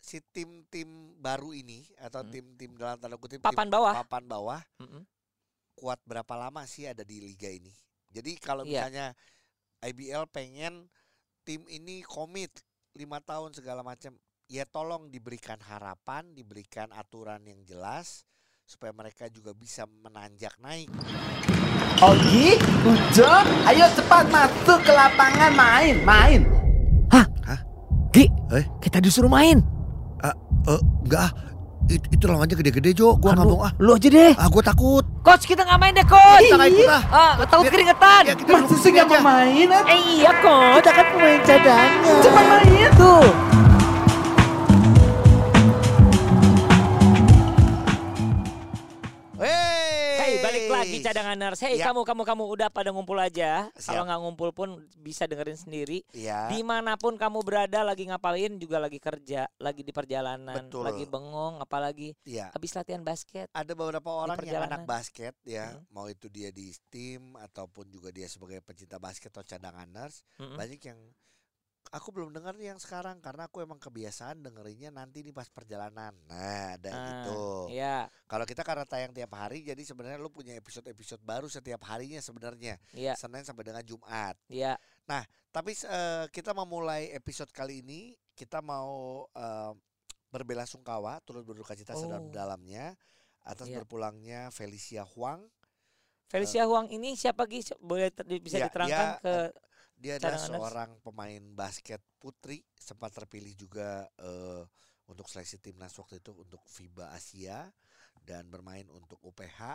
si tim-tim baru ini atau tim-tim dalam tanda kutip Papan tim bawah. papan bawah kuat berapa lama sih ada di liga ini? Jadi kalau misalnya IBL pengen tim ini komit 5 tahun segala macam, ya tolong diberikan harapan, diberikan aturan yang jelas supaya mereka juga bisa menanjak naik. Ogi, Ujo, ayo cepat masuk ke lapangan main. Hah? Gi, kita disuruh main. Enggak, itu lawannya gede-gede Jo, gua nggak mau Lu aja deh. gua takut. Coach, kita nggak main deh, Coach. Kita nggak ikut lah. Takut keringetan. Ya, kita Masa sih nggak mau main? Iya, Coach. Kita kan pemain cadangan. Cepat main Tuh. Hey, balik lagi cadanganers. Hey, Ya. kamu udah pada ngumpul aja. Siap. Kalau nggak ngumpul pun bisa dengerin sendiri. Iya. Dimanapun kamu berada, lagi ngapain, juga lagi kerja, lagi di perjalanan, Betul. lagi bengong, apalagi Iya. habis latihan basket. Ada beberapa orang yang perjalanan. anak basket ya, mau itu dia di tim ataupun juga dia sebagai pencinta basket atau cadanganers, banyak yang aku belum dengar nih yang sekarang karena aku emang kebiasaan dengerinnya nanti nih pas perjalanan. Nah, ada gitu. Iya, Kalau kita karena tayang tiap hari, jadi sebenarnya lu punya episode-episode baru setiap harinya sebenarnya. iya, Senin sampai dengan Jumat. iya. Tapi kita memulai episode kali ini, kita mau berbelasungkawa, turut berduka cita sedalam-dalamnya atas Iya. berpulangnya Felicia Huang. Felicia Huang ini siapa Gi? Boleh bisa Ya, diterangkan ke Dia adalah cadanganers? seorang pemain basket putri, sempat terpilih juga untuk seleksi timnas waktu itu untuk FIBA Asia dan bermain untuk UPH.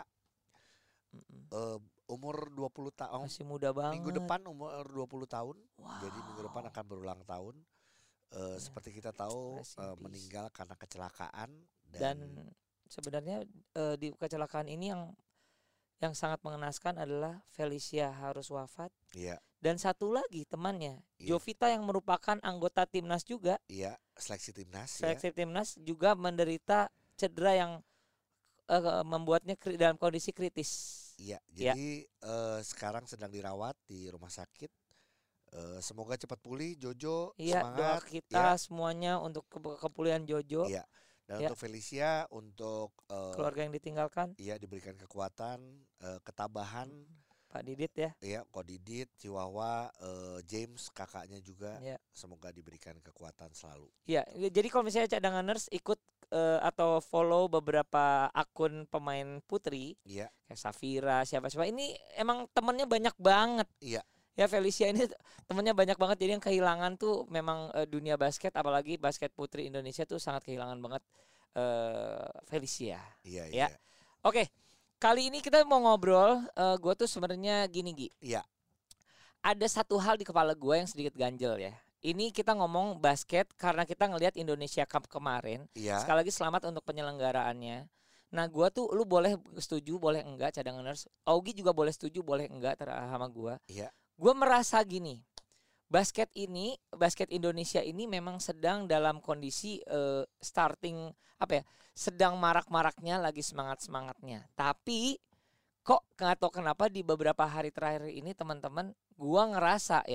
Umur 20 tahun. masih muda banget. Minggu depan umur 20 tahun. Wow. Jadi minggu depan akan berulang tahun. Seperti kita tahu Rest in peace. meninggal karena kecelakaan Dan sebenarnya di kecelakaan ini yang sangat mengenaskan adalah Felicia harus wafat. Iya, Dan satu lagi temannya, Iya. Jovita yang merupakan anggota timnas juga, iya, seleksi timnas ya. seleksi timnas juga menderita cedera yang membuatnya dalam kondisi kritis. Iya, Ya. jadi sekarang sedang dirawat di rumah sakit. Semoga cepat pulih, Jojo. Iya, doa Semangat. kita semuanya untuk kepulihan Jojo, Iya. Dan Ya. untuk Felicia, untuk keluarga yang ditinggalkan, iya diberikan kekuatan, ketabahan. Pak Didit ya. Ya, Kodidit, Chihuahua, James, kakaknya juga. Ya. Semoga diberikan kekuatan selalu. Ya, jadi kalau misalnya cadanganers ikut atau follow beberapa akun pemain putri Iya, kayak Safira, siapa-siapa, ini emang temennya banyak banget. Iya. Ya, Felicia ini temennya banyak banget, jadi yang kehilangan tuh memang dunia basket, apalagi basket putri Indonesia tuh sangat kehilangan banget Felicia. iya, Ya. iya. Oke, kali ini kita mau ngobrol, gue tuh sebenarnya gini Gi. Iya. Ada satu hal di kepala gue yang sedikit ganjel ya. Ini kita ngomong basket karena kita ngelihat Indonesia Cup kemarin. Iya. Sekali lagi selamat untuk penyelenggaraannya. Nah, gua tuh, lu boleh setuju, boleh enggak cadanganers. Augie juga boleh setuju, boleh enggak sama gua. Iya. Gua merasa gini. Basket Indonesia ini memang sedang dalam kondisi starting sedang marak-maraknya, lagi semangat-semangatnya. Tapi kok nggak tahu kenapa di beberapa hari terakhir ini teman-teman gua ngerasa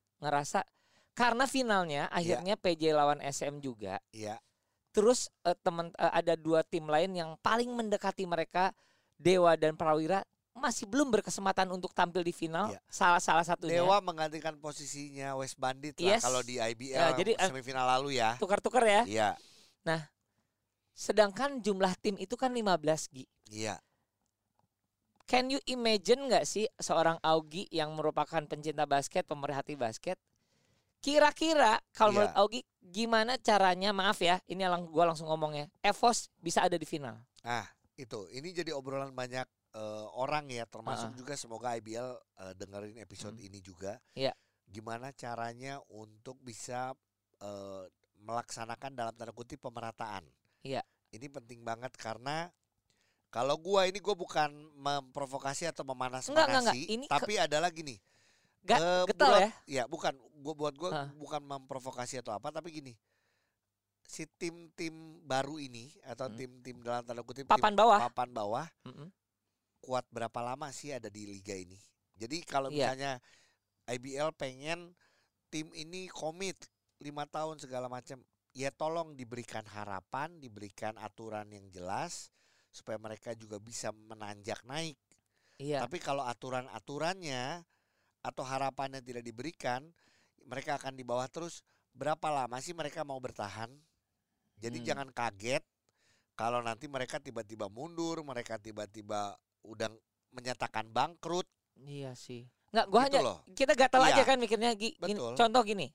karena finalnya akhirnya PJ lawan SM juga. Iya. Terus ada dua tim lain yang paling mendekati mereka, Dewa dan Prawira, masih belum berkesempatan untuk tampil di final. Iya. Salah satunya. Dewa menggantikan posisinya West Bandit Yes. lah kalau di IBL Ya, jadi, semifinal lalu ya. Tukar-tukar ya. Iya. Sedangkan jumlah tim itu kan 15 Gi. Iya. Can you imagine nggak sih seorang Augie yang merupakan pencinta basket, pemerhati basket? Kira-kira kalau menurut Augie gimana caranya, maaf ya, ini gue langsung ngomongnya, EVOS bisa ada di final? Ini jadi obrolan banyak orang ya, termasuk juga semoga IBL dengerin episode ini juga. Iya. Gimana caranya untuk bisa melaksanakan dalam tanda kutip pemerataan. Iya. Ini penting banget karena kalau gue bukan memprovokasi atau memanas-manasi, Ini tapi adalah gini. getol ya? Ya, bukan. Buat gue bukan memprovokasi atau apa, tapi gini. Si tim-tim baru ini atau tim-tim dalam tanda kutip Papan bawah kuat berapa lama sih ada di liga ini? Jadi kalau misalnya IBL pengen tim ini komit 5 tahun segala macam, ya tolong diberikan harapan, diberikan aturan yang jelas supaya mereka juga bisa menanjak naik. Iya. Tapi kalau aturan-aturannya atau harapannya tidak diberikan, mereka akan di bawah terus. Berapa lama sih mereka mau bertahan? Jadi jangan kaget kalau nanti mereka tiba-tiba mundur, mereka tiba-tiba udah menyatakan bangkrut. Iya sih. Nggak, gua Gitu hanya loh. kita gatal Iya. aja kan mikirnya gini, Betul. contoh gini.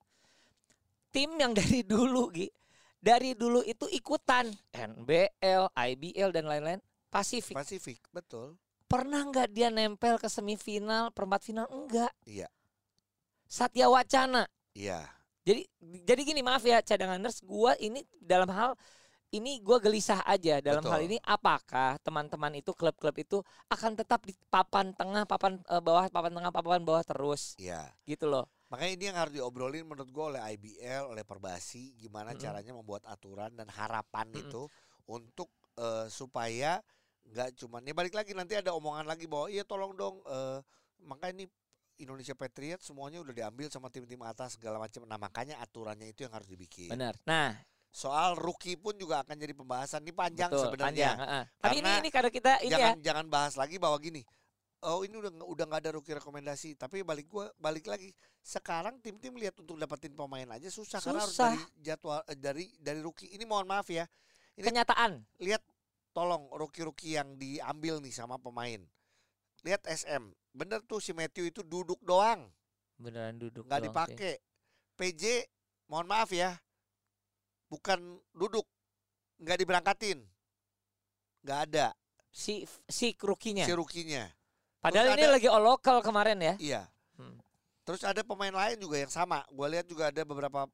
Tim yang dari dulu dari dulu itu ikutan NBL, IBL dan lain-lain, Pasifik. Pasifik, betul. Pernah nggak dia nempel ke semifinal, perempat final? Enggak. Iya. Satya Wacana. Iya. Jadi gini, maaf ya cadanganers, gua ini dalam hal ini gua gelisah aja dalam Betul. hal ini, apakah teman-teman itu klub-klub itu akan tetap di papan tengah, papan bawah, papan tengah, papan bawah terus. Iya. Gitu loh. Makanya ini yang harus diobrolin menurut gue oleh IBL, oleh Perbasi, gimana caranya membuat aturan dan harapan itu untuk supaya nggak cuma nih, balik lagi nanti ada omongan lagi bahwa iya tolong dong, makanya ini Indonesia Patriots semuanya udah diambil sama tim-tim atas segala macam. Nah makanya aturannya itu yang harus dibikin. Benar. Nah, Soal rookie pun juga akan jadi pembahasan. Ini panjang betul, sebenarnya. panjang, Tapi Karena ini karena kita ini ya. Jangan bahas lagi bahwa gini. Oh ini udah nggak ada rookie rekomendasi. Tapi balik lagi. Sekarang tim-tim lihat untuk dapetin pemain aja susah. Karena harus dari jadwal dari rookie. Ini mohon maaf ya. Ini Kenyataan. Lihat tolong rookie-rookie yang diambil nih sama pemain. Lihat SM. Bener tuh si Matthew itu duduk doang. Beneran duduk Nggak doang dipakai. PJ mohon maaf ya. Bukan duduk. Nggak diberangkatin. Nggak ada. Si rookie-nya. Si rookie-nya. Padahal ini lagi all local kemarin ya. Iya. Terus ada pemain lain juga yang sama. Gue lihat juga ada beberapa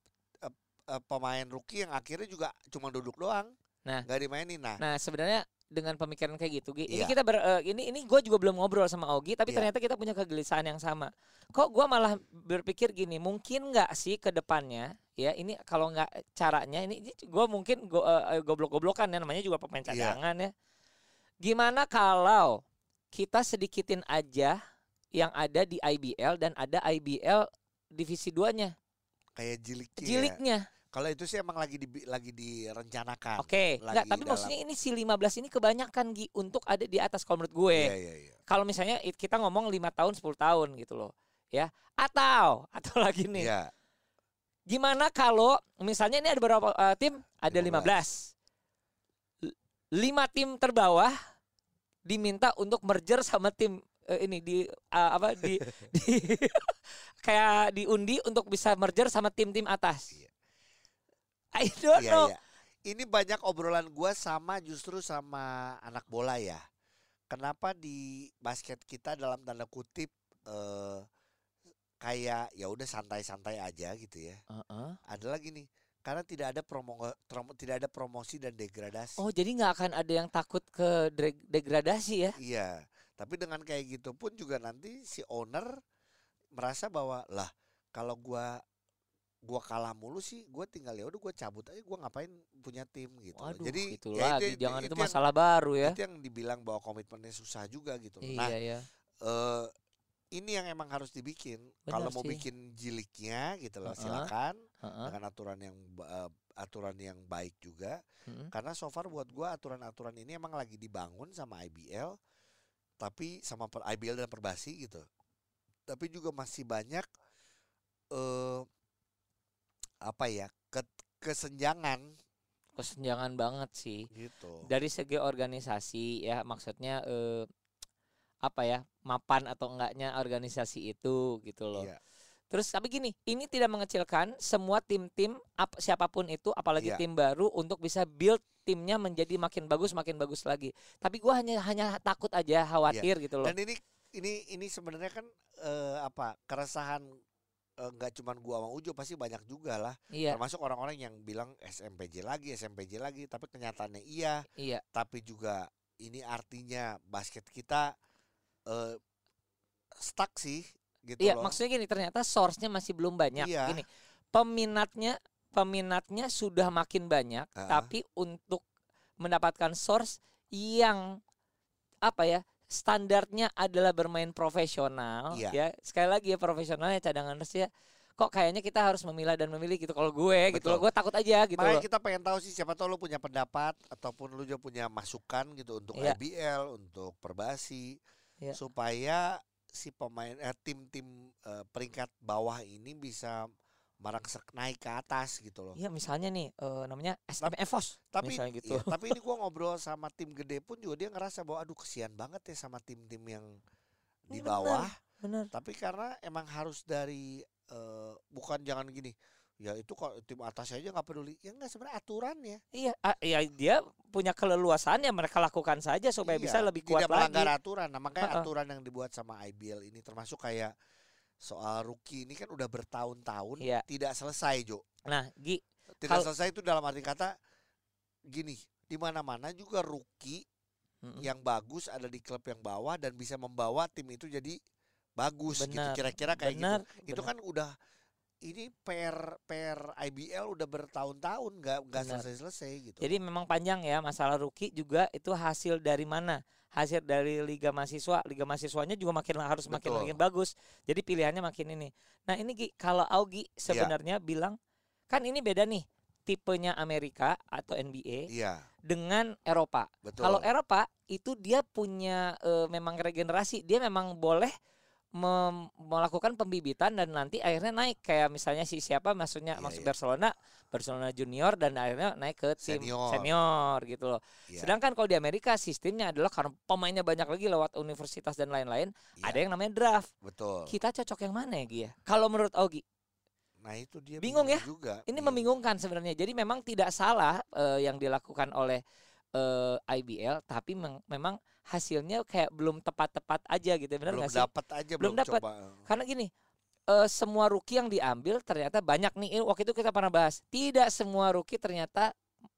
pemain rookie yang akhirnya juga cuma duduk doang. Nah, nggak dimainin. Nah, sebenarnya dengan pemikiran kayak gitu, Gi. Ini Iya. kita ini gue juga belum ngobrol sama Ogi, tapi Iya. ternyata kita punya kegelisahan yang sama. Kok gue malah berpikir gini, mungkin nggak sih ke depannya, ya ini kalau nggak caranya, ini gue mungkin goblok-goblokan ya, namanya juga pemain cadangan ya. Gimana kalau kita sedikitin aja yang ada di IBL dan ada IBL divisi 2-nya. Kayak Jiliknya. Kalau itu sih emang lagi direncanakan. Oke, enggak, tapi maksudnya ini si 15 ini kebanyakan Gi untuk ada di atas kalau menurut gue. Iya. Kalau misalnya kita ngomong 5 tahun 10 tahun gitu loh. Ya. Atau lagi nih. Iya. Gimana kalau misalnya ini ada beberapa tim, ada 15. 5 tim terbawah diminta untuk merger sama tim ini di kayak diundi untuk bisa merger sama tim-tim atas. Iya. I don't know. Iya. Ini banyak obrolan gua justru sama anak bola ya. Kenapa di basket kita dalam tanda kutip kayak ya udah santai-santai aja gitu ya. Ada lagi nih. Karena tidak ada promosi dan degradasi. Oh, jadi nggak akan ada yang takut ke degradasi ya? Iya. Tapi dengan kayak gitu pun juga nanti si owner merasa bahwa lah kalau gua kalah mulu sih, gue tinggal ya udah gue cabut aja, gue ngapain punya tim gitu. Waduh, jadi itu ya lagi jangan itu masalah baru ya. Itu yang dibilang bahwa komitmennya susah juga gitu. Iya, Nah, ya. Ini yang emang harus dibikin. Benar Kalau mau sih. bikin jiliknya gitu loh, silakan dengan aturan yang baik juga. Karena so far buat gue aturan-aturan ini emang lagi dibangun sama IBL, tapi sama IBL dan Perbasi gitu. Tapi juga masih banyak kesenjangan banget sih gitu. dari segi organisasi ya, maksudnya mapan atau enggaknya organisasi itu gitu loh. Iya. Terus tapi gini, ini tidak mengecilkan semua tim-tim siapapun itu, apalagi tim baru untuk bisa build timnya menjadi makin bagus lagi. Tapi gua hanya takut aja, khawatir gitu loh. Dan ini sebenarnya kan keresahan nggak cuma gua sama Ujo, pasti banyak juga lah. Iya. Termasuk orang-orang yang bilang SMPJ lagi, tapi kenyataannya iya. Tapi juga ini artinya basket kita stuck sih gitu Iya, loh. maksudnya gini, ternyata source-nya masih belum banyak. Iya. Gini, peminatnya sudah makin banyak, tapi untuk mendapatkan source yang standarnya adalah bermain profesional, ya. Sekali lagi ya, profesionalnya cadangan ya. kok kayaknya kita harus memilah dan memilih gitu. Kalau gue gitu loh, gue takut aja gitu Makanya loh. kita pengen tahu sih, siapa tahu lu punya pendapat ataupun lu juga punya masukan gitu untuk IBL, untuk Perbasi, supaya si pemain tim-tim peringkat bawah ini bisa merangsek naik ke atas gitu loh. Iya, misalnya nih namanya SM EVOS misalnya gitu. Tapi ini gua ngobrol sama tim gede pun juga dia ngerasa bahwa aduh kesian banget ya sama tim-tim yang di bawah. Bener. Tapi karena emang harus dari bukan jangan gini. Ya itu kalau tim atas aja nggak peduli. Ya nggak, sebenarnya aturannya. Iya, ya dia punya keleluasaan yang mereka lakukan saja supaya bisa lebih kuat tidak lagi. Tidak melanggar aturan. Nah, makanya aturan yang dibuat sama IBL ini termasuk kayak soal rookie ini kan udah bertahun-tahun tidak selesai, Jo. Nah, tidak selesai itu dalam arti kata gini, di mana-mana juga rookie yang bagus ada di klub yang bawah dan bisa membawa tim itu jadi bagus gitu. Kira-kira kayak gitu. Itu kan udah ini PR IBL udah bertahun-tahun nggak selesai-selesai gitu. Jadi memang panjang ya masalah rookie juga itu hasil dari mana? Hasil dari Liga Mahasiswa. Liga Mahasiswanya juga harus makin bagus. Jadi pilihannya makin ini. Nah ini kalau Augie sebenarnya bilang kan ini beda nih tipenya Amerika atau NBA dengan Eropa. Kalau Eropa itu dia punya memang regenerasi. Dia memang boleh melakukan pembibitan dan nanti akhirnya naik kayak misalnya siapa masuk Barcelona junior dan akhirnya naik ke tim senior gitu loh. Sedangkan kalau di Amerika sistemnya adalah karena pemainnya banyak lagi lewat universitas dan lain-lain, ada yang namanya draft. Betul. Kita cocok yang mana ya Gi ya? Kalau menurut Augie? Nah itu dia bingung ya juga. Ini membingungkan sebenarnya. Jadi memang tidak salah yang dilakukan oleh IBL, tapi memang hasilnya kayak belum tepat-tepat aja gitu, benar nggak sih? Belum dapat. Karena gini, semua rookie yang diambil ternyata banyak nih. Waktu itu kita pernah bahas, tidak semua rookie ternyata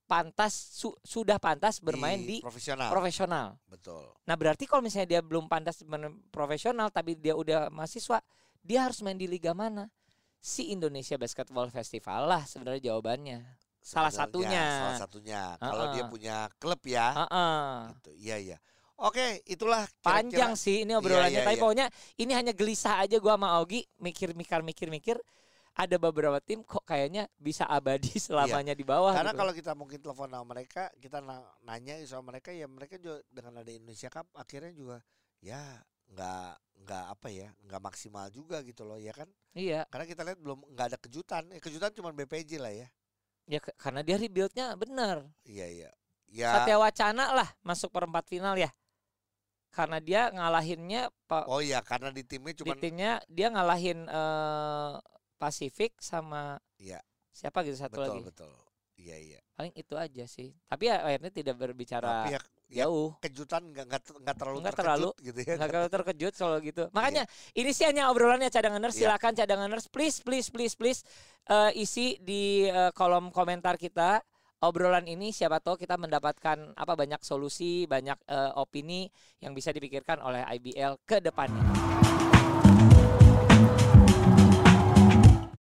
sudah pantas bermain di profesional. Betul. Nah berarti kalau misalnya dia belum pantas bermain profesional, tapi dia udah mahasiswa, dia harus main di liga mana? Si Indonesia Basketball Festival lah sebenarnya jawabannya. Salah satunya. Kalau dia punya klub ya. Gitu. Iya. Oke, itulah panjang sih ini obrolannya. Tapi pokoknya ini hanya gelisah aja gua sama Augie mikir. Ada beberapa tim kok kayaknya bisa abadi selamanya di bawah. Karena gitu. kalau kita mungkin telepon sama mereka, kita nanya sama mereka, ya mereka juga dengan ada Indonesia Cup akhirnya juga ya nggak maksimal juga gitu loh, ya kan? Iya. Karena kita lihat belum nggak ada kejutan. Kejutan cuma BPJ lah ya. Ya karena dia rebuild-nya benar. Iya. Ya. Satya Wacana lah masuk perempat final ya. Karena dia ngalahinnya karena di timnya cuma dia ngalahin Pasifik sama siapa gitu satu lagi. Betul. Iya. Paling itu aja sih. Tapi ya akhirnya tidak berbicara jauh. Kejutan nggak terlalu gitu ya. Nggak terlalu terkejut kalau gitu. Makanya ini sih hanya obrolannya cadanganers. Silakan cadanganers please isi di kolom komentar kita obrolan ini, siapa tahu kita mendapatkan banyak solusi, banyak opini yang bisa dipikirkan oleh IBL ke depannya.